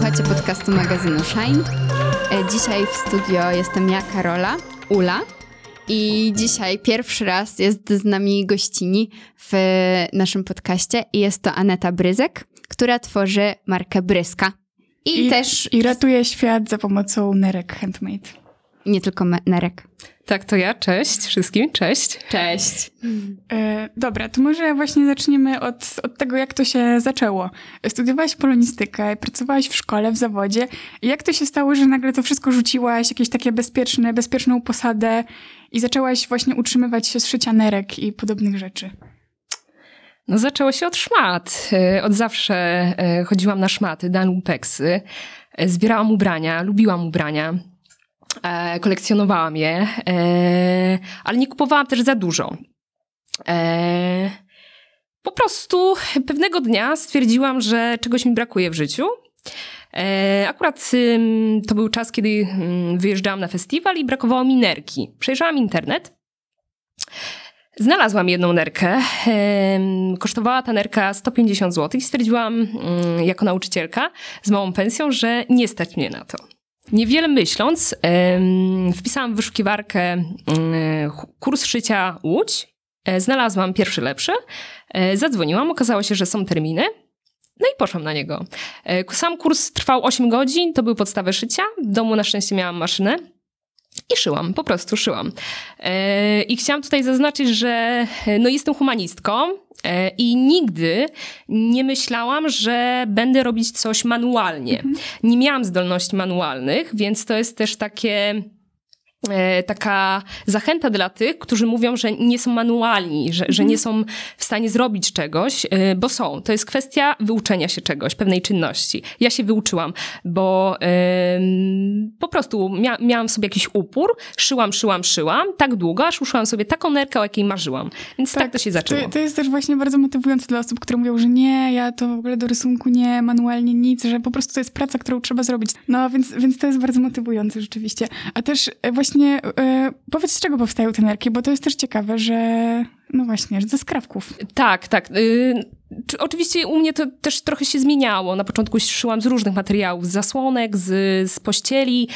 Słuchacie podcastu magazynu Shine. Dzisiaj w studio jestem ja, Karola, Ula. I dzisiaj pierwszy raz jest z nami gościni w naszym podcaście i jest to Aneta Bryzek, która tworzy markę Bryska. I ratuje świat za pomocą nerek handmade. Nie tylko nerek. Tak, to ja. Cześć wszystkim. Cześć. Cześć. Dobra, to może właśnie zaczniemy od tego, jak to się zaczęło. Studiowałaś polonistykę, pracowałaś w szkole, w zawodzie. Jak to się stało, że nagle to wszystko rzuciłaś, jakieś takie bezpieczną posadę i zaczęłaś właśnie utrzymywać się z szycia nerek i podobnych rzeczy? No zaczęło się od szmat. Od zawsze chodziłam na szmaty, lumpeksy. Zbierałam ubrania, lubiłam ubrania. Kolekcjonowałam je, ale nie kupowałam też za dużo. Po prostu pewnego dnia stwierdziłam, że czegoś mi brakuje w życiu. Akurat to był czas, kiedy wyjeżdżałam na festiwal i brakowało mi nerki. Przejrzałam internet. Znalazłam jedną nerkę. Kosztowała ta nerka 150 zł i stwierdziłam jako nauczycielka z małą pensją, że nie stać mnie na to. Niewiele myśląc, wpisałam w wyszukiwarkę kurs szycia Łódź. Znalazłam pierwszy lepszy. Zadzwoniłam, okazało się, że są terminy. No i poszłam na niego. Sam kurs trwał 8 godzin, to były podstawy szycia. W domu na szczęście miałam maszynę. I szyłam, po prostu szyłam. I chciałam tutaj zaznaczyć, że no jestem humanistką i nigdy nie myślałam, że będę robić coś manualnie. Nie miałam zdolności manualnych, więc to jest też taka zachęta dla tych, którzy mówią, że nie są manualni, że nie są w stanie zrobić czegoś, bo są. To jest kwestia wyuczenia się czegoś, pewnej czynności. Ja się wyuczyłam, bo po prostu miałam w sobie jakiś upór, szyłam tak długo, aż uszyłam sobie taką nerkę, o jakiej marzyłam. Więc tak to się zaczęło. To jest też właśnie bardzo motywujące dla osób, które mówią, że nie, ja to w ogóle do rysunku nie, manualnie nic, że po prostu to jest praca, którą trzeba zrobić. No więc to jest bardzo motywujące rzeczywiście. A też właśnie powiedz, z czego powstają te nerki, bo to jest też ciekawe, że no właśnie, ze skrawków. Tak. Oczywiście u mnie to też trochę się zmieniało. Na początku szyłam z różnych materiałów, z zasłonek, z pościeli.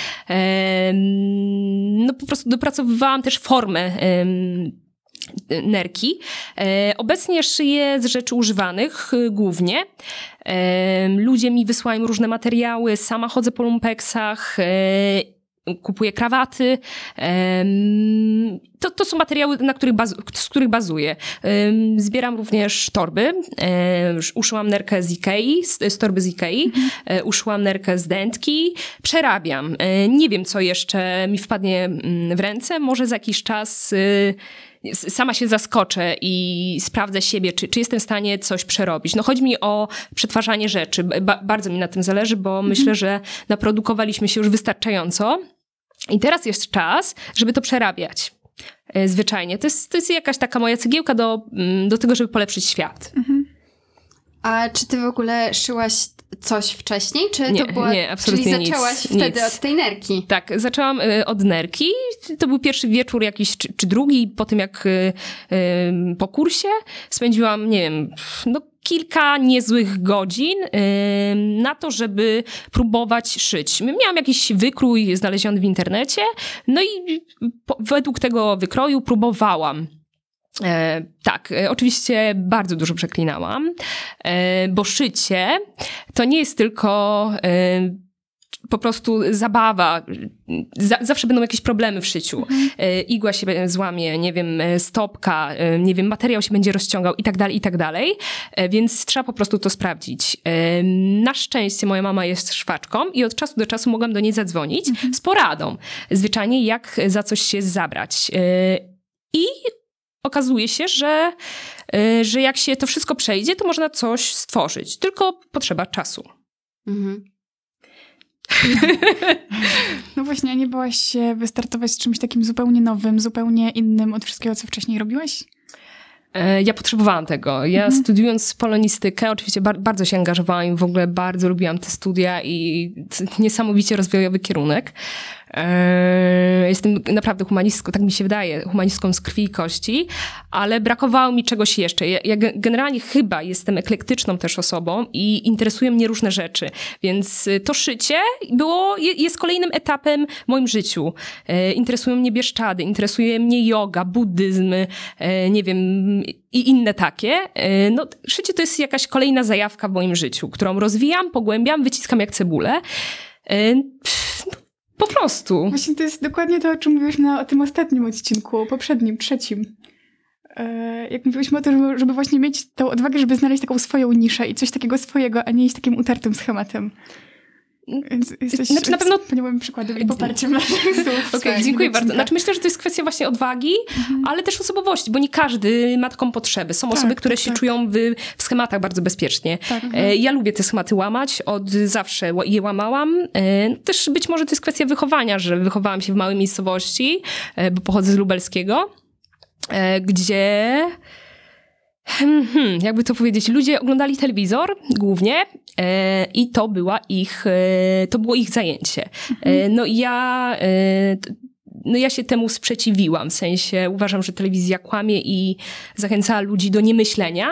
No po prostu dopracowywałam też formę nerki. Obecnie szyję z rzeczy używanych głównie. Ludzie mi wysyłają różne materiały, sama chodzę po lumpeksach, kupuję krawaty. To są materiały, z których bazuję. Zbieram również torby. Uszyłam nerkę z Ikei, z torby z Ikei. Uszyłam nerkę z dętki. Przerabiam. Nie wiem, co jeszcze mi wpadnie w ręce. Może za jakiś czas sama się zaskoczę i sprawdzę siebie, czy jestem w stanie coś przerobić. No chodzi mi o przetwarzanie rzeczy. Bardzo mi na tym zależy, bo myślę, że naprodukowaliśmy się już wystarczająco. I teraz jest czas, żeby to przerabiać. Zwyczajnie. To jest jakaś taka moja cegiełka do tego, żeby polepszyć świat. A czy ty w ogóle szyłaś coś wcześniej? Czy nie, to była, nie, absolutnie czyli zaczęłaś wtedy od tej nerki? Tak, zaczęłam od nerki. To był pierwszy wieczór jakiś, czy drugi, po tym jak po kursie spędziłam, nie wiem, kilka niezłych godzin na to, żeby próbować szyć. Miałam jakiś wykrój znaleziony w internecie, no i według tego wykroju próbowałam. Tak, oczywiście bardzo dużo przeklinałam, bo szycie to nie jest tylko po prostu zabawa. Zawsze będą jakieś problemy w szyciu. Igła się złamie, nie wiem, stopka, nie wiem, materiał się będzie rozciągał i tak dalej. Więc trzeba po prostu to sprawdzić. Na szczęście moja mama jest szwaczką i od czasu do czasu mogłam do niej zadzwonić z poradą. Zwyczajnie jak za coś się zabrać. I okazuje się, że jak się to wszystko przejdzie, to można coś stworzyć. Tylko potrzeba czasu. No właśnie, a nie bałaś się wystartować z czymś takim zupełnie nowym, zupełnie innym od wszystkiego, co wcześniej robiłaś? Ja potrzebowałam tego. Ja studiując polonistykę, oczywiście bardzo się angażowałam i w ogóle bardzo lubiłam te studia i niesamowicie rozwojowy kierunek. Jestem naprawdę humanistką, tak mi się wydaje, humanistką z krwi i kości, ale brakowało mi czegoś jeszcze. Ja generalnie chyba jestem eklektyczną też osobą i interesują mnie różne rzeczy, więc to szycie jest kolejnym etapem w moim życiu. Interesują mnie Bieszczady, interesuje mnie joga, buddyzm, nie wiem, i inne takie. No, szycie to jest jakaś kolejna zajawka w moim życiu, którą rozwijam, pogłębiam, wyciskam jak cebulę. Po prostu. Właśnie to jest dokładnie to, o czym mówiłeś o tym ostatnim odcinku, poprzednim, trzecim. Jak mówiliśmy o tym, żeby właśnie mieć tą odwagę, żeby znaleźć taką swoją niszę i coś takiego swojego, a nie iść takim utartym schematem. Więc jesteś na pewno wspaniałym przykładem i poparciem naszych słów. Okej, dziękuję bardzo. Myślę, że to jest kwestia właśnie odwagi, ale też osobowości, bo nie każdy ma taką potrzebę. Są osoby, które się czują w schematach bardzo bezpiecznie. Ja lubię te schematy łamać, od zawsze je łamałam. Też być może to jest kwestia wychowania, że wychowałam się w małej miejscowości, bo pochodzę z Lubelskiego, gdzie... jakby to powiedzieć, ludzie oglądali telewizor głównie i to było ich zajęcie. No i ja się temu sprzeciwiłam, w sensie uważam, że telewizja kłamie i zachęcała ludzi do niemyślenia.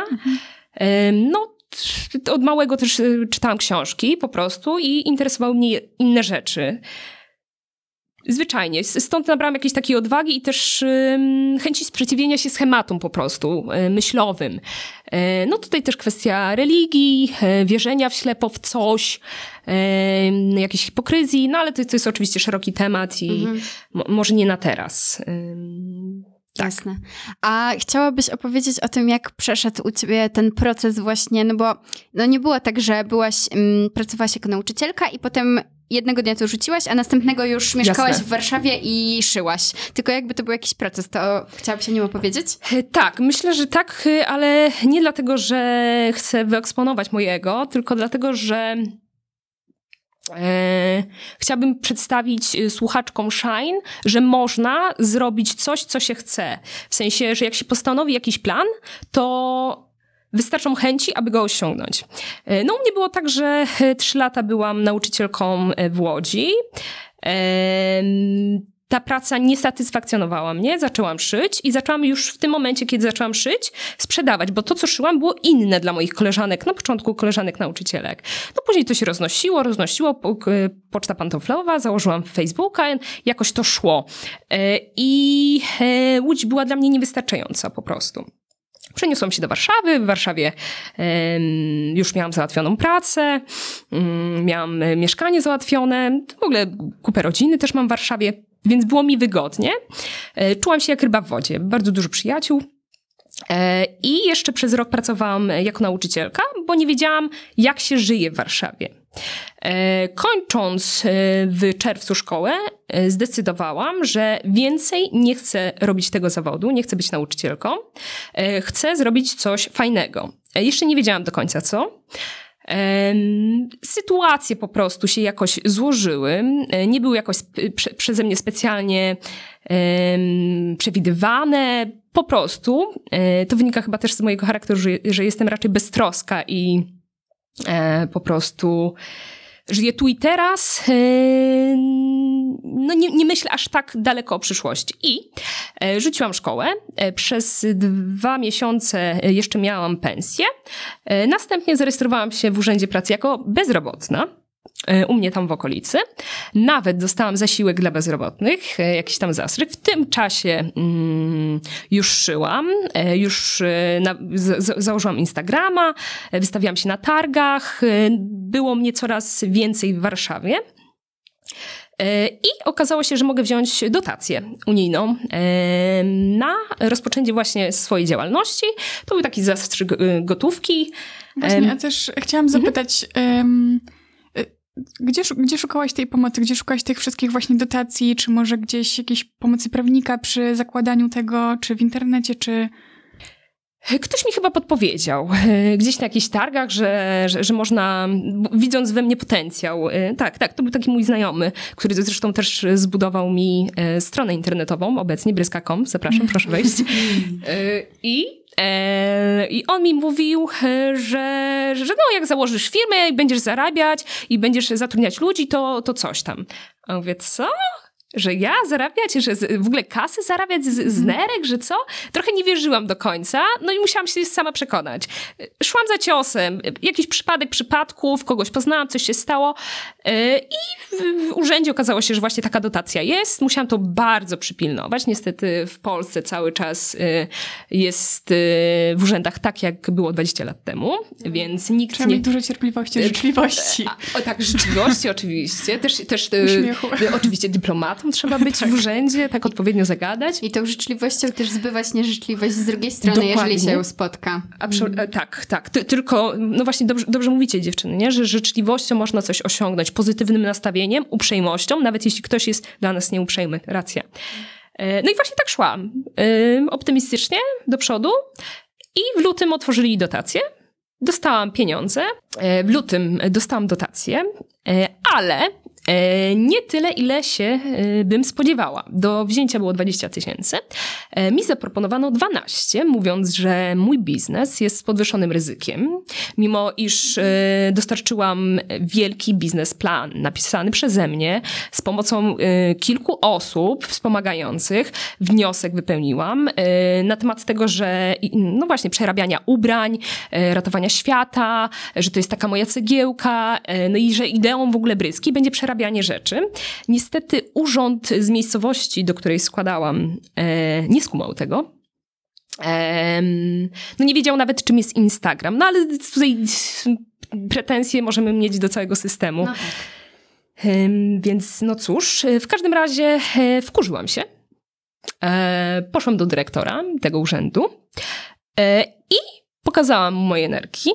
Od małego też czytałam książki po prostu i interesowały mnie inne rzeczy. Zwyczajnie. Stąd nabrałam jakiejś takiej odwagi i też chęci sprzeciwienia się schematom po prostu myślowym. No tutaj też kwestia religii, wierzenia wślepo w coś, jakiejś hipokryzji, no ale to jest oczywiście szeroki temat i może nie na teraz. Tak. Jasne. A chciałabyś opowiedzieć o tym, jak przeszedł u ciebie ten proces właśnie, no bo nie było tak, że pracowałaś jako nauczycielka i potem jednego dnia to rzuciłaś, a następnego już mieszkałaś w Warszawie i szyłaś. Tylko jakby to był jakiś proces, to chciałabyś o nim opowiedzieć? Tak, myślę, że tak, ale nie dlatego, że chcę wyeksponować mojego, tylko dlatego, że chciałabym przedstawić słuchaczkom Shine, że można zrobić coś, co się chce. W sensie, że jak się postanowi jakiś plan, to wystarczą chęci, aby go osiągnąć. No u mnie było tak, że 3 lata byłam nauczycielką w Łodzi. Ta praca nie satysfakcjonowała mnie, zaczęłam szyć i zaczęłam już w tym momencie, kiedy zaczęłam szyć, sprzedawać, bo to, co szyłam, było inne dla moich koleżanek, na początku koleżanek nauczycielek. No później to się roznosiło, poczta pantoflowa, założyłam Facebooka, jakoś to szło. I Łódź była dla mnie niewystarczająca po prostu. Przeniosłam się do Warszawy. W Warszawie już miałam załatwioną pracę, miałam mieszkanie załatwione, w ogóle kupę rodziny też mam w Warszawie, więc było mi wygodnie. Czułam się jak ryba w wodzie, bardzo dużo przyjaciół. I jeszcze przez rok pracowałam jako nauczycielka, bo nie wiedziałam, jak się żyje w Warszawie. Kończąc w czerwcu szkołę, zdecydowałam, że więcej nie chcę robić tego zawodu, nie chcę być nauczycielką. Chcę zrobić coś fajnego. Jeszcze nie wiedziałam do końca co. Sytuacje po prostu się jakoś złożyły. Nie były jakoś przeze mnie specjalnie przewidywane. Po prostu. To wynika chyba też z mojego charakteru, że jestem raczej beztroska i po prostu żyję tu i teraz. No nie myślę aż tak daleko o przyszłości. I rzuciłam szkołę. Przez 2 miesiące jeszcze miałam pensję. Następnie zarejestrowałam się w Urzędzie Pracy jako bezrobotna. U mnie tam w okolicy. Nawet dostałam zasiłek dla bezrobotnych, jakiś tam zastrzyk. W tym czasie już szyłam, już założyłam Instagrama, wystawiałam się na targach. Było mnie coraz więcej w Warszawie. I okazało się, że mogę wziąć dotację unijną na rozpoczęcie właśnie swojej działalności. To był taki zastrzyk gotówki. Właśnie, a też chciałam zapytać... Gdzie szukałaś tej pomocy? Gdzie szukałaś tych wszystkich właśnie dotacji? Czy może gdzieś jakiejś pomocy prawnika przy zakładaniu tego? Czy w internecie, czy... Ktoś mi chyba podpowiedział gdzieś na jakichś targach, że można, widząc we mnie potencjał. Tak, to był taki mój znajomy, który zresztą też zbudował mi stronę internetową, obecnie bryska.com, zapraszam, proszę wejść. I on mi mówił, że no jak założysz firmę i będziesz zarabiać i będziesz zatrudniać ludzi, to coś tam. A mówię, co? Że ja zarabiać, że w ogóle kasy zarabiać z nerek, że co? Trochę nie wierzyłam do końca, no i musiałam się sama przekonać. Szłam za ciosem, jakiś przypadków, kogoś poznałam, coś się stało i w urzędzie okazało się, że właśnie taka dotacja jest. Musiałam to bardzo przypilnować. Niestety w Polsce cały czas jest w urzędach tak, jak było 20 lat temu, więc nikt Trzeba mieć dużo cierpliwości, życzliwości. Tak, życzliwości oczywiście. Też oczywiście dyplomatą trzeba być w urzędzie, tak odpowiednio zagadać. I tą życzliwością też zbywać nieżyczliwość z drugiej strony, Dokładnie. jeżeli się ją spotka. Tak. Tylko, no właśnie dobrze mówicie, dziewczyny, nie? Że życzliwością można coś osiągnąć, pozytywnym nastawieniem, uprzejmością, nawet jeśli ktoś jest dla nas nieuprzejmy. Racja. No i właśnie tak szłam. Optymistycznie do przodu i w lutym otworzyli dotację. Dostałam pieniądze. W lutym dostałam dotację, ale nie tyle, ile się bym spodziewała. Do wzięcia było 20 000. Mi zaproponowano 12, mówiąc, że mój biznes jest z podwyższonym ryzykiem, mimo iż dostarczyłam wielki biznesplan napisany przeze mnie z pomocą kilku osób wspomagających. Wniosek wypełniłam na temat tego, że no właśnie przerabiania ubrań, ratowania świata, że to jest taka moja cegiełka, no i że ideą w ogóle Bryski będzie przerabianie rzeczy. Niestety urząd z miejscowości, do której składałam, nie skumał tego. No nie wiedział nawet, czym jest Instagram. No ale tutaj pretensje możemy mieć do całego systemu. No tak. Więc no cóż, w każdym razie wkurzyłam się. Poszłam do dyrektora tego urzędu i pokazałam mu moje nerki,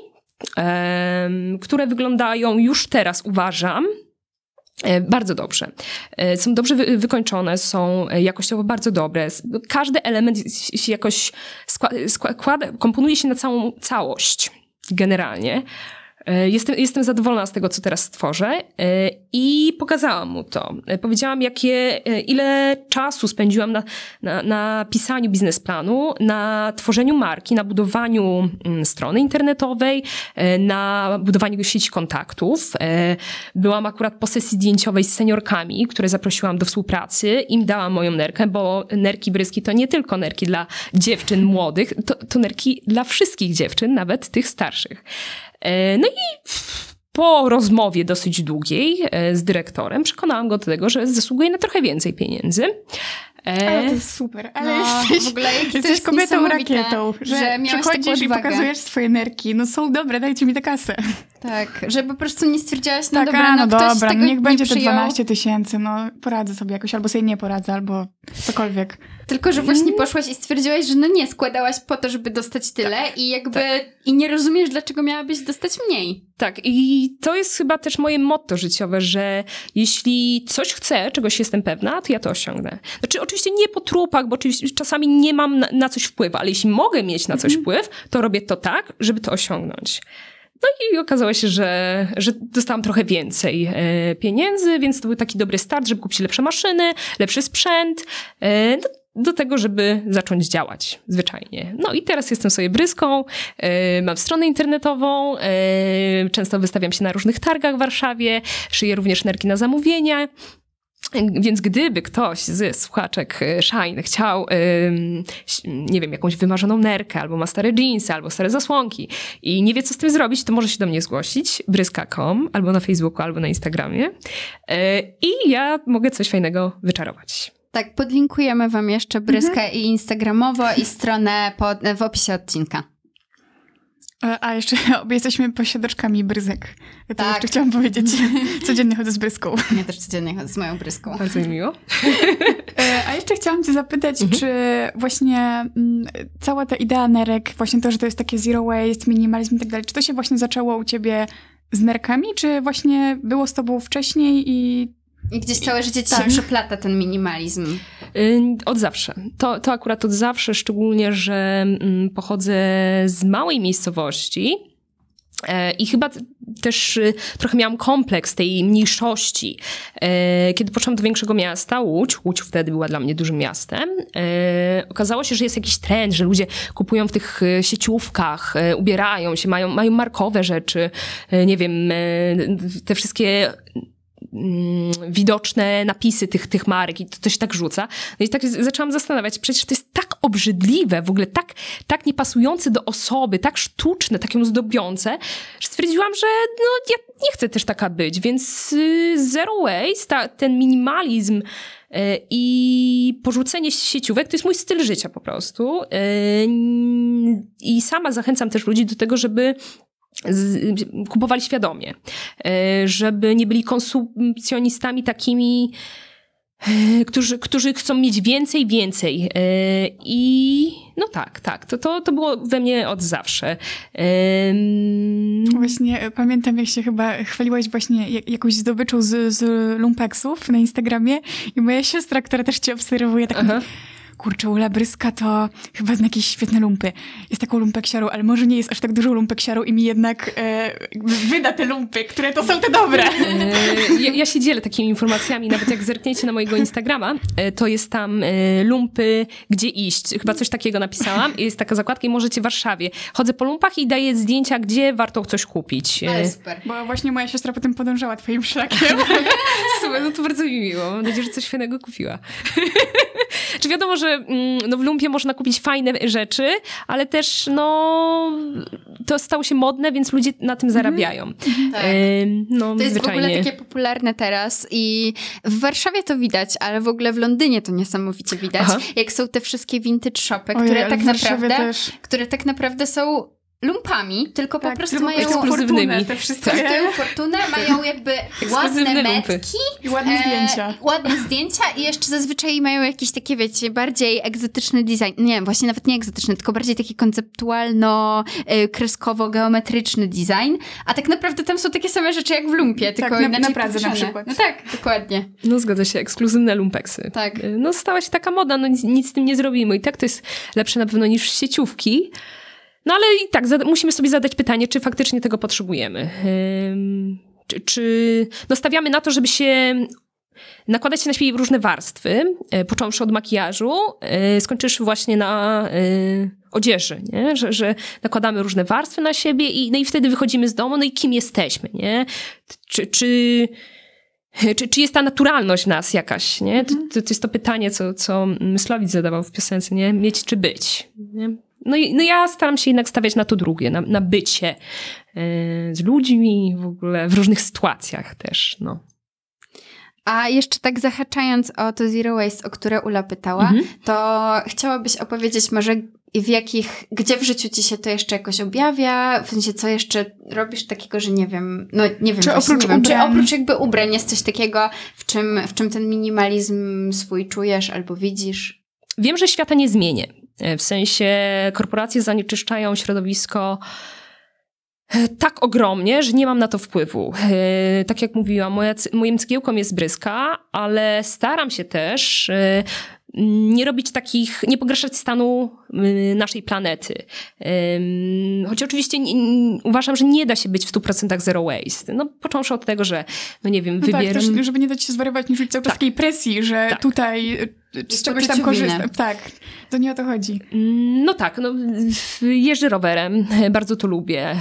które wyglądają już teraz, uważam, bardzo dobrze. Są dobrze wykończone, są jakościowo bardzo dobre. Każdy element się jakoś komponuje się na całą całość generalnie. Jestem zadowolona z tego, co teraz stworzę i pokazałam mu to. Powiedziałam, ile czasu spędziłam na pisaniu biznesplanu, na tworzeniu marki, na budowaniu strony internetowej, na budowaniu sieci kontaktów. Byłam akurat po sesji zdjęciowej z seniorkami, które zaprosiłam do współpracy. Im dałam moją nerkę, bo nerki Bryski to nie tylko nerki dla dziewczyn młodych, to nerki dla wszystkich dziewczyn, nawet tych starszych. No i po rozmowie dosyć długiej z dyrektorem przekonałam go do tego, że zasługuje na trochę więcej pieniędzy. Ale to jest super. Ale w ogóle jesteś kobietą rakietą, że przychodzisz i pokazujesz swoje nerki. No są dobre, dajcie mi tę kasę. Tak, że po prostu nie stwierdziłaś, no tak, dobra, no ktoś dobra, tego niech będzie te przyjął. 12 000, no poradzę sobie jakoś, albo sobie nie poradzę, albo cokolwiek. Tylko, że właśnie poszłaś i stwierdziłaś, że no nie, składałaś po to, żeby dostać tyle i jakby i nie rozumiesz, dlaczego miałabyś dostać mniej. Tak, i to jest chyba też moje motto życiowe, że jeśli coś chcę, czegoś jestem pewna, to ja to osiągnę. Znaczy oczywiście nie po trupach, bo oczywiście czasami nie mam na coś wpływu, ale jeśli mogę mieć na coś wpływ, to robię to tak, żeby to osiągnąć. No i okazało się, że dostałam trochę więcej pieniędzy, więc to był taki dobry start, żeby kupić lepsze maszyny, lepszy sprzęt, do tego, żeby zacząć działać zwyczajnie. No i teraz jestem sobie Bryską, mam stronę internetową, często wystawiam się na różnych targach w Warszawie, szyję również nerki na zamówienie. Więc gdyby ktoś z słuchaczek Shine chciał, nie wiem, jakąś wymarzoną nerkę, albo ma stare jeansy, albo stare zasłonki i nie wie, co z tym zrobić, to może się do mnie zgłosić, bryska.com, albo na Facebooku, albo na Instagramie i ja mogę coś fajnego wyczarować. Tak, podlinkujemy wam jeszcze Bryskę i instagramowo i stronę w opisie odcinka. A jeszcze obie jesteśmy posiadaczkami bryzek. Ja to tak. jeszcze chciałam powiedzieć. Codziennie chodzę z bryską. Ja też codziennie chodzę z moją bryską. Bardzo mi miło. A jeszcze chciałam cię zapytać, czy właśnie cała ta idea nerek, właśnie to, że to jest takie zero waste, minimalizm i tak dalej, czy to się właśnie zaczęło u ciebie z nerkami, czy właśnie było z tobą wcześniej i gdzieś całe życie ci się przeplata ten minimalizm? Od zawsze. To akurat od zawsze, szczególnie, że pochodzę z małej miejscowości i chyba też trochę miałam kompleks tej mniejszości. Kiedy poszłam do większego miasta, Łódź wtedy była dla mnie dużym miastem, okazało się, że jest jakiś trend, że ludzie kupują w tych sieciówkach, ubierają się, mają markowe rzeczy, nie wiem, te wszystkie widoczne napisy tych marek i to się tak rzuca. No i tak zaczęłam zastanawiać, przecież to jest tak obrzydliwe, w ogóle tak niepasujące do osoby, tak sztuczne, tak ją zdobiące, że stwierdziłam, że ja nie chcę też taka być, więc zero waste, ten minimalizm i porzucenie sieciówek to jest mój styl życia po prostu. I sama zachęcam też ludzi do tego, żeby kupowali świadomie, żeby nie byli konsumpcjonistami takimi, którzy chcą mieć więcej. I no tak, to było we mnie od zawsze. Właśnie pamiętam, jak się chyba chwaliłaś właśnie jakąś zdobyczą z lumpeksów na Instagramie i moja siostra, która też cię obserwuje, tak mówi, kurczę, Ula Bryska to chyba zna jakieś świetne lumpy. Jest taką lumpeksiarą, ale może nie jest aż tak dużą lumpeksiarą i mi jednak wyda te lumpy, które to są te dobre. Ja się dzielę takimi informacjami, nawet jak zerkniecie na mojego Instagrama, to jest tam lumpy, gdzie iść. Chyba coś takiego napisałam. Jest taka zakładka i możecie w Warszawie. Chodzę po lumpach i daję zdjęcia, gdzie warto coś kupić. Ale super. Bo właśnie moja siostra potem podążała twoim szlakiem. Super, no to bardzo mi miło. Mam nadzieję, że coś fajnego kupiła. Czy wiadomo, że w lumpie można kupić fajne rzeczy, ale też to stało się modne, więc ludzie na tym zarabiają. Tak. To jest zwyczajnie. w ogóle takie popularne teraz i w Warszawie to widać, ale w ogóle w Londynie to niesamowicie widać. Aha. Jak są te wszystkie vintage shopy, które tak naprawdę są lumpami, tylko po prostu mają ekskluzywnymi. Te wszystkie. kosztują fortunę, mają jakby ładne metki i ładne zdjęcia. Ładne zdjęcia i jeszcze zazwyczaj mają jakieś takie, wiecie, bardziej egzotyczny design. Nie, właśnie nawet nie egzotyczny, tylko bardziej taki konceptualno-kreskowo-geometryczny design. A tak naprawdę tam są takie same rzeczy jak w lumpie, tylko tak, inaczej na Pradze na podpiszone. przykład. No tak, dokładnie. No zgadza się, ekskluzywne lumpeksy. Tak. No stała się taka moda, nic z tym nie zrobimy. I tak to jest lepsze na pewno niż sieciówki. No ale i tak, musimy sobie zadać pytanie, czy faktycznie tego potrzebujemy. Czy stawiamy na to, żeby się nakładać się na siebie różne warstwy, począwszy od makijażu, skończywszy właśnie na odzieży, nie? Że nakładamy różne warstwy na siebie i wtedy wychodzimy z domu, no i kim jesteśmy, nie? Czy jest ta naturalność w nas jakaś, nie? To jest to pytanie, co Myslowic zadawał w piosence, nie? Mieć czy być, nie? No ja staram się jednak stawiać na to drugie, na bycie z ludźmi, w ogóle w różnych sytuacjach też, no. A jeszcze tak zahaczając o to Zero Waste, o które Ula pytała, to chciałabyś opowiedzieć może gdzie w życiu ci się to jeszcze jakoś objawia? W sensie, co jeszcze robisz takiego, że nie wiem, Czy oprócz jakby ubrań jest coś takiego, w czym ten minimalizm swój czujesz albo widzisz? Wiem, że świata nie zmienię. W sensie korporacje zanieczyszczają środowisko tak ogromnie, że nie mam na to wpływu. Tak jak mówiłam, moją cegiełką jest Bryska, ale staram się też nie robić nie pogarszać stanu naszej planety. Choć oczywiście uważam, że nie da się być w 100% zero waste. No, począwszy od tego, że, wybieram... Tak, też, żeby nie dać się zwariować, nie czuć cały czas takiej presji, że tutaj z czegoś tam korzystam. Tak, to nie o to chodzi. No tak, jeżdżę rowerem, bardzo to lubię.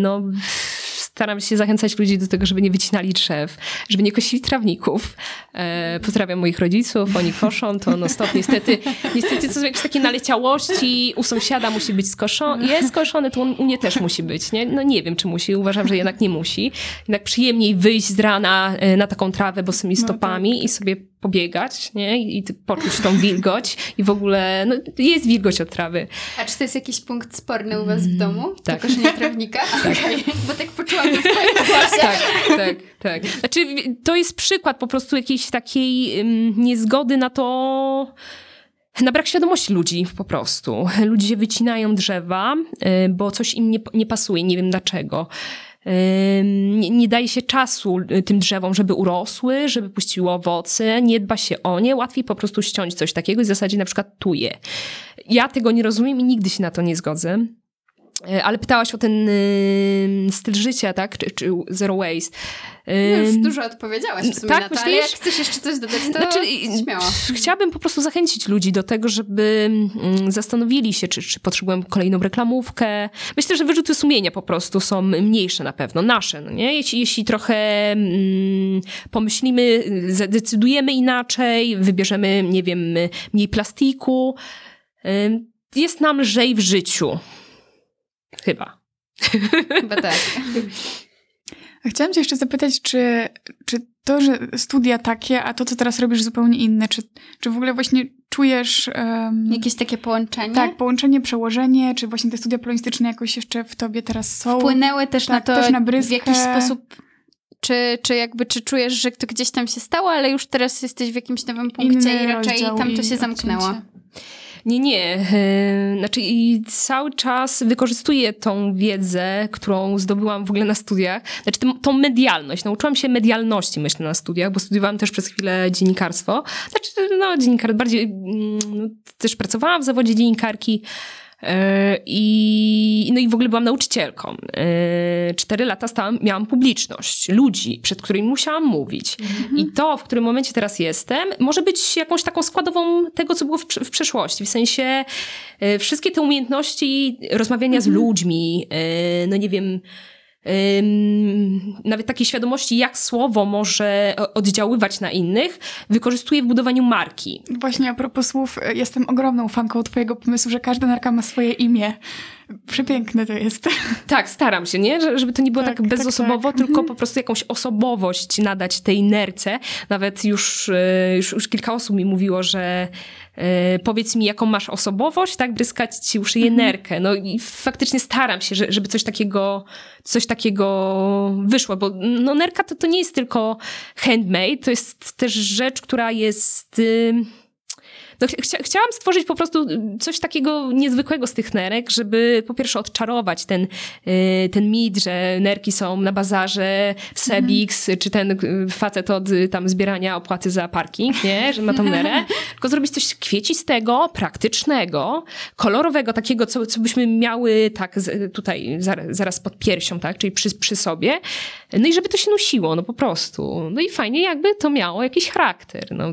Staram się zachęcać ludzi do tego, żeby nie wycinali drzew, żeby nie kosili trawników. Pozdrawiam moich rodziców, oni koszą, to stop. Niestety to są jakieś takie naleciałości, u sąsiada musi być jest skoszony, to u mnie też musi być, nie? No nie wiem, czy musi, uważam, że jednak nie musi. Jednak przyjemniej wyjść z rana na taką trawę bosymi stopami i sobie pobiegać, nie? I poczuć tą wilgoć i w ogóle, jest wilgoć od trawy. A czy to jest jakiś punkt sporny u was w domu? Tak. To koszenie trawnika? Tak. Okay. Bo tak poczułam w twoim głosie. Tak. Znaczy, to jest przykład po prostu jakiejś takiej niezgody na brak świadomości ludzi po prostu. Ludzie wycinają drzewa, bo coś im nie pasuje, nie wiem dlaczego. Nie daje się czasu tym drzewom, żeby urosły, żeby puściły owoce, nie dba się o nie, łatwiej po prostu ściąć coś takiego i w zasadzie na przykład tuje. Ja tego nie rozumiem i nigdy się na to nie zgodzę. Ale pytałaś o ten styl życia, tak? Czy zero waste. Już dużo odpowiedziałaś w sumie tak, na to, myślisz? ale jak chcesz jeszcze coś dodać, to śmiało. Chciałabym po prostu zachęcić ludzi do tego, żeby zastanowili się, czy potrzebują kolejną reklamówkę. Myślę, że wyrzuty sumienia po prostu są mniejsze na pewno, nasze, no nie? Jeśli trochę pomyślimy, zdecydujemy inaczej, wybierzemy, nie wiem, mniej plastiku, jest nam lżej w życiu. Chyba tak. A chciałam cię jeszcze zapytać, czy to, że studia takie, a to, co teraz robisz, zupełnie inne, czy w ogóle właśnie czujesz... jakieś takie połączenie? Tak, połączenie, przełożenie, czy właśnie te studia polonistyczne jakoś jeszcze w tobie teraz są? Wpłynęły też tak, na to też na Bryskę. w jakiś sposób... Czy czujesz, że to gdzieś tam się stało, ale już teraz jesteś w jakimś nowym punkcie Inny i raczej tam to się i zamknęło? odcięcie. Nie. Znaczy i cały czas wykorzystuję tą wiedzę, którą zdobyłam w ogóle na studiach. Znaczy tą medialność. Nauczyłam się medialności, myślę, na studiach, bo studiowałam też przez chwilę dziennikarstwo. Znaczy, bardziej też pracowałam w zawodzie dziennikarki. I w ogóle byłam nauczycielką. 4 lata miałam publiczność ludzi, przed którymi musiałam mówić. I to, w którym momencie teraz jestem, może być jakąś taką składową tego, co było w przeszłości. W sensie wszystkie te umiejętności rozmawiania z ludźmi, no nie wiem, nawet takiej świadomości, jak słowo może oddziaływać na innych, wykorzystuję w budowaniu marki. Właśnie a propos słów, jestem ogromną fanką twojego pomysłu, że każda marka ma swoje imię. Przepiękne to jest. Tak, staram się, nie? Żeby to nie było tak bezosobowo, tylko po prostu jakąś osobowość nadać tej nerce. Nawet już kilka osób mi mówiło, że powiedz mi, jaką masz osobowość, tak? Bryskać ci uszyję nerkę. No i faktycznie staram się, żeby coś takiego wyszło, bo no nerka to nie jest tylko handmade, to jest też rzecz, która jest... No, chciałam stworzyć po prostu coś takiego niezwykłego z tych nerek, żeby po pierwsze odczarować ten mit, że nerki są na bazarze Sebix, czy ten facet od tam zbierania opłaty za parking, nie? Że ma tą nerę. Tylko zrobić coś kwiecistego, praktycznego, kolorowego, takiego, co byśmy miały tak tutaj zaraz pod piersią, tak? Czyli przy sobie. No i żeby to się nosiło, no po prostu. No i fajnie jakby to miało jakiś charakter. No,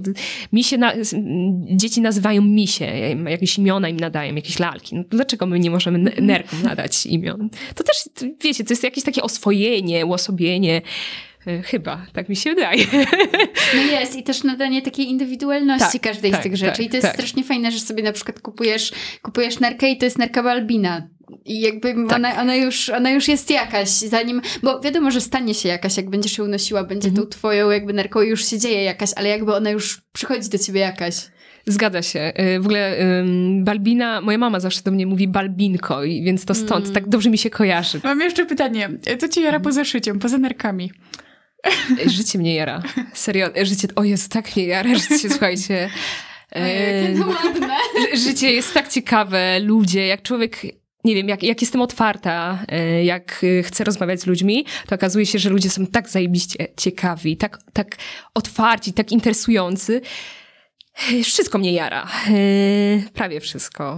dzieci nazywają misie, jakieś imiona im nadają, jakieś lalki. No, dlaczego my nie możemy nerkom nadać imion? To też, wiecie, to jest jakieś takie oswojenie, uosobienie. Chyba, tak mi się wydaje. No jest i też nadanie takiej indywidualności każdej z tych rzeczy. I to jest strasznie fajne, że sobie na przykład kupujesz nerkę i to jest nerka Balbina. I jakby ona już jest jakaś, bo wiadomo, że stanie się jakaś, jak będziesz ją nosiła, będzie tą twoją jakby nerką i już się dzieje jakaś, ale jakby ona już przychodzi do ciebie jakaś. Zgadza się. W ogóle Balbina, moja mama zawsze do mnie mówi Balbinko, więc to stąd tak dobrze mi się kojarzy. Mam jeszcze pytanie. Co ci jara poza szyciem, poza nerkami? Życie mnie jara. Serio, życie, o Jezu, tak mnie jara, życie, słuchajcie. Jakie ładne. Życie jest tak ciekawe, ludzie, jak człowiek... Nie wiem, jak jestem otwarta, jak chcę rozmawiać z ludźmi, to okazuje się, że ludzie są tak zajebiście ciekawi, tak otwarci, tak interesujący. Wszystko mnie jara. Prawie wszystko.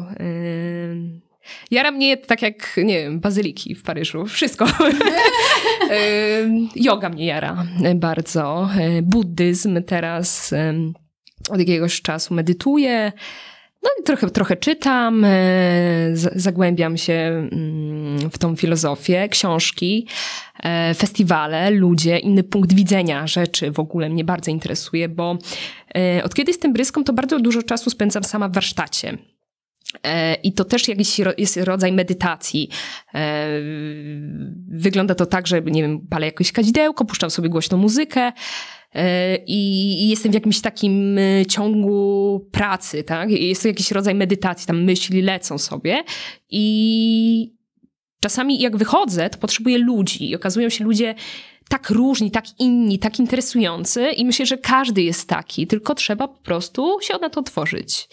Jara mnie tak jak, nie wiem, bazyliki w Paryżu. Wszystko. Yoga mnie jara bardzo. Buddyzm teraz od jakiegoś czasu medytuję. No i trochę czytam, zagłębiam się w tą filozofię, książki, festiwale, ludzie, inny punkt widzenia rzeczy w ogóle mnie bardzo interesuje, bo od kiedy jestem bryską, to bardzo dużo czasu spędzam sama w warsztacie. I to też jakiś jest rodzaj medytacji. Wygląda to tak, że nie wiem, palę jakieś kadzidełko, puszczam sobie głośną muzykę i jestem w jakimś takim ciągu pracy, tak? Jest to jakiś rodzaj medytacji, tam myśli lecą sobie i czasami jak wychodzę, to potrzebuję ludzi i okazują się ludzie tak różni, tak inni, tak interesujący i myślę, że każdy jest taki, tylko trzeba po prostu się na to otworzyć.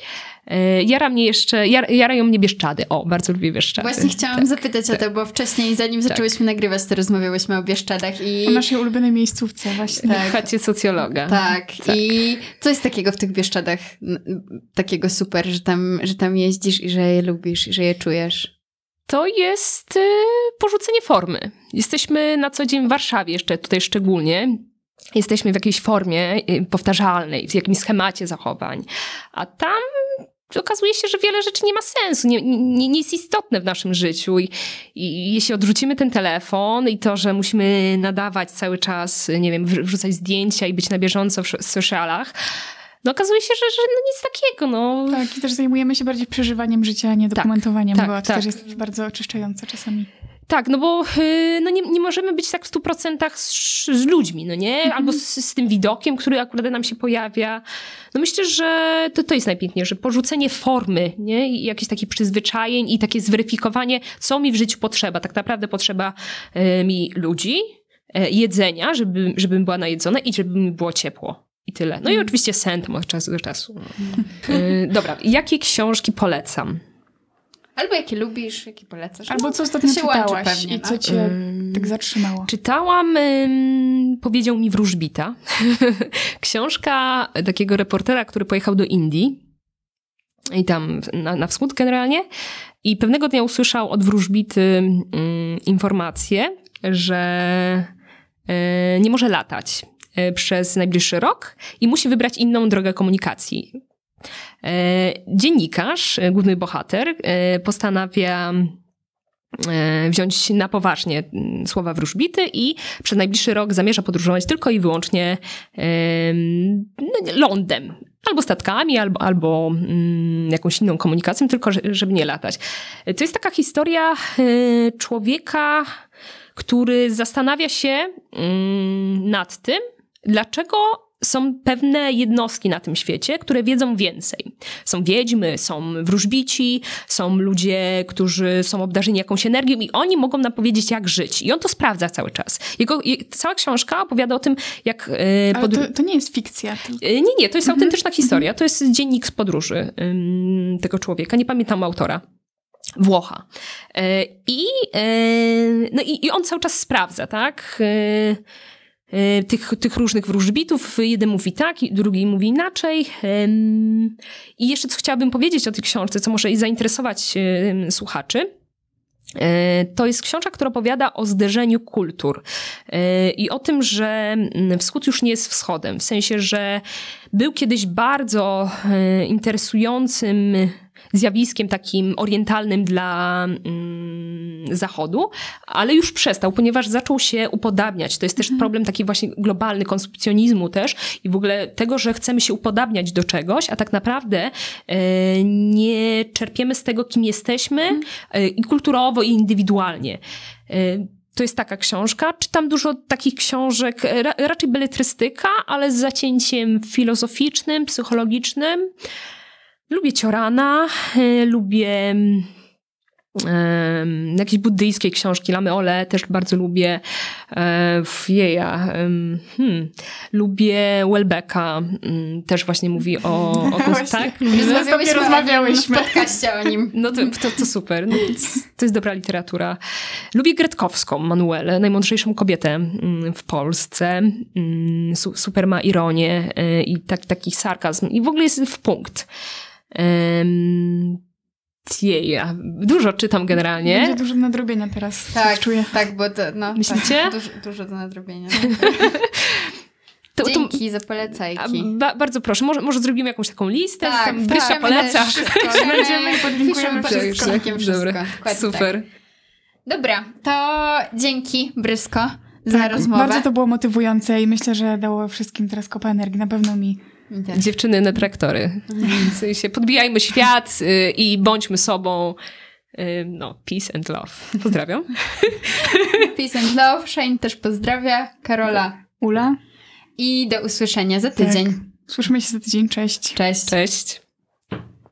Jarają mnie Bieszczady. O, bardzo lubię Bieszczady. Właśnie chciałam zapytać o to, bo wcześniej, zanim zaczęłyśmy nagrywać, to rozmawiałyśmy o Bieszczadach i... O naszej ulubionej miejscówce właśnie. Tak. Chacie socjologa. Tak. I co jest takiego w tych Bieszczadach, takiego super, że tam jeździsz i że je lubisz i że je czujesz? to jest porzucenie formy. Jesteśmy na co dzień w Warszawie, jeszcze tutaj szczególnie. Jesteśmy w jakiejś formie powtarzalnej, w jakimś schemacie zachowań. A tam okazuje się, że wiele rzeczy nie ma sensu, nie jest istotne w naszym życiu. I jeśli odrzucimy ten telefon i to, że musimy nadawać cały czas, nie wiem, wrzucać zdjęcia i być na bieżąco w socialach, no okazuje się, że no nic takiego. No. Tak, i też zajmujemy się bardziej przeżywaniem życia, a nie dokumentowaniem go. To tak. też jest bardzo oczyszczające czasami. Tak, no bo no nie możemy być tak w 100% z ludźmi, no nie? Albo z tym widokiem, który akurat nam się pojawia. No myślę, że to jest najpiękniejsze. Porzucenie formy, nie? I jakichś takich przyzwyczajeń i takie zweryfikowanie, co mi w życiu potrzeba. Tak naprawdę potrzeba mi ludzi, jedzenia, żebym była najedzona i żeby mi było ciepło. I tyle. No i oczywiście sen tam od czasu do czasu. Dobra, jakie książki polecam? Albo jakie lubisz, jakie polecasz. Albo co ostatnio czytałaś pewnie, i co cię tak zatrzymało? Czytałam Powiedział mi wróżbita. Książka takiego reportera, który pojechał do Indii i tam na wschód generalnie i pewnego dnia usłyszał od wróżbity informację, że nie może latać przez najbliższy rok i musi wybrać inną drogę komunikacji. Dziennikarz, główny bohater, postanawia wziąć na poważnie słowa wróżbity i przez najbliższy rok zamierza podróżować tylko i wyłącznie lądem. Albo statkami, albo jakąś inną komunikacją, tylko żeby nie latać. To jest taka historia człowieka, który zastanawia się nad tym, dlaczego są pewne jednostki na tym świecie, które wiedzą więcej. Są wiedźmy, są wróżbici, są ludzie, którzy są obdarzeni jakąś energią i oni mogą nam powiedzieć, jak żyć. I on to sprawdza cały czas. Cała książka opowiada o tym, jak... Ale to nie jest fikcja. Nie, to jest autentyczna historia. To jest dziennik z podróży tego człowieka. Nie pamiętam autora. Włocha. I on cały czas sprawdza, tak? Tych różnych wróżbitów. Jeden mówi tak, drugi mówi inaczej. I jeszcze co chciałabym powiedzieć o tej książce, co może i zainteresować słuchaczy. To jest książka, która opowiada o zderzeniu kultur i o tym, że wschód już nie jest wschodem. W sensie, że był kiedyś bardzo interesującym zjawiskiem takim orientalnym dla Zachodu, ale już przestał, ponieważ zaczął się upodabniać. To jest też problem taki właśnie globalny, konsumpcjonizmu też i w ogóle tego, że chcemy się upodabniać do czegoś, a tak naprawdę nie czerpiemy z tego, kim jesteśmy i kulturowo, i indywidualnie. To jest taka książka. Czytam dużo takich książek, raczej beletrystyka, ale z zacięciem filozoficznym, psychologicznym. Lubię Ciorana, lubię jakieś buddyjskie książki, Lamy Ole też bardzo lubię. Lubię Welbecka, też właśnie mówi o tak? Rozmawiałyśmy w podcaście o nim. No to super. No, to jest dobra literatura. Lubię Gretkowską, Manuelę, najmądrzejszą kobietę w Polsce. Super ma ironię i taki sarkazm. I w ogóle jest w punkt. Ja dużo czytam generalnie. Będzie dużo do nadrobienia teraz. Tak, czuję. tak, bo to, no, myślicie? Tak, dużo do nadrobienia. Dzięki za polecajki. Bardzo proszę, może zrobimy jakąś taką listę, tak, tam Brysia poleca. Znajdziemy i podlinkujemy wszystko. Super. Tak. Dobra, to dzięki Brysko za rozmowę. Bardzo to było motywujące i myślę, że dało wszystkim teraz kopa energii. Na pewno mi. Dziewczyny na traktory. W sensie podbijajmy świat i bądźmy sobą. No, peace and love. Pozdrawiam. Peace and love. Shane też pozdrawia. Karola. Ula. I do usłyszenia za tydzień. Tak. Słyszymy się za tydzień. Cześć. Cześć. Cześć.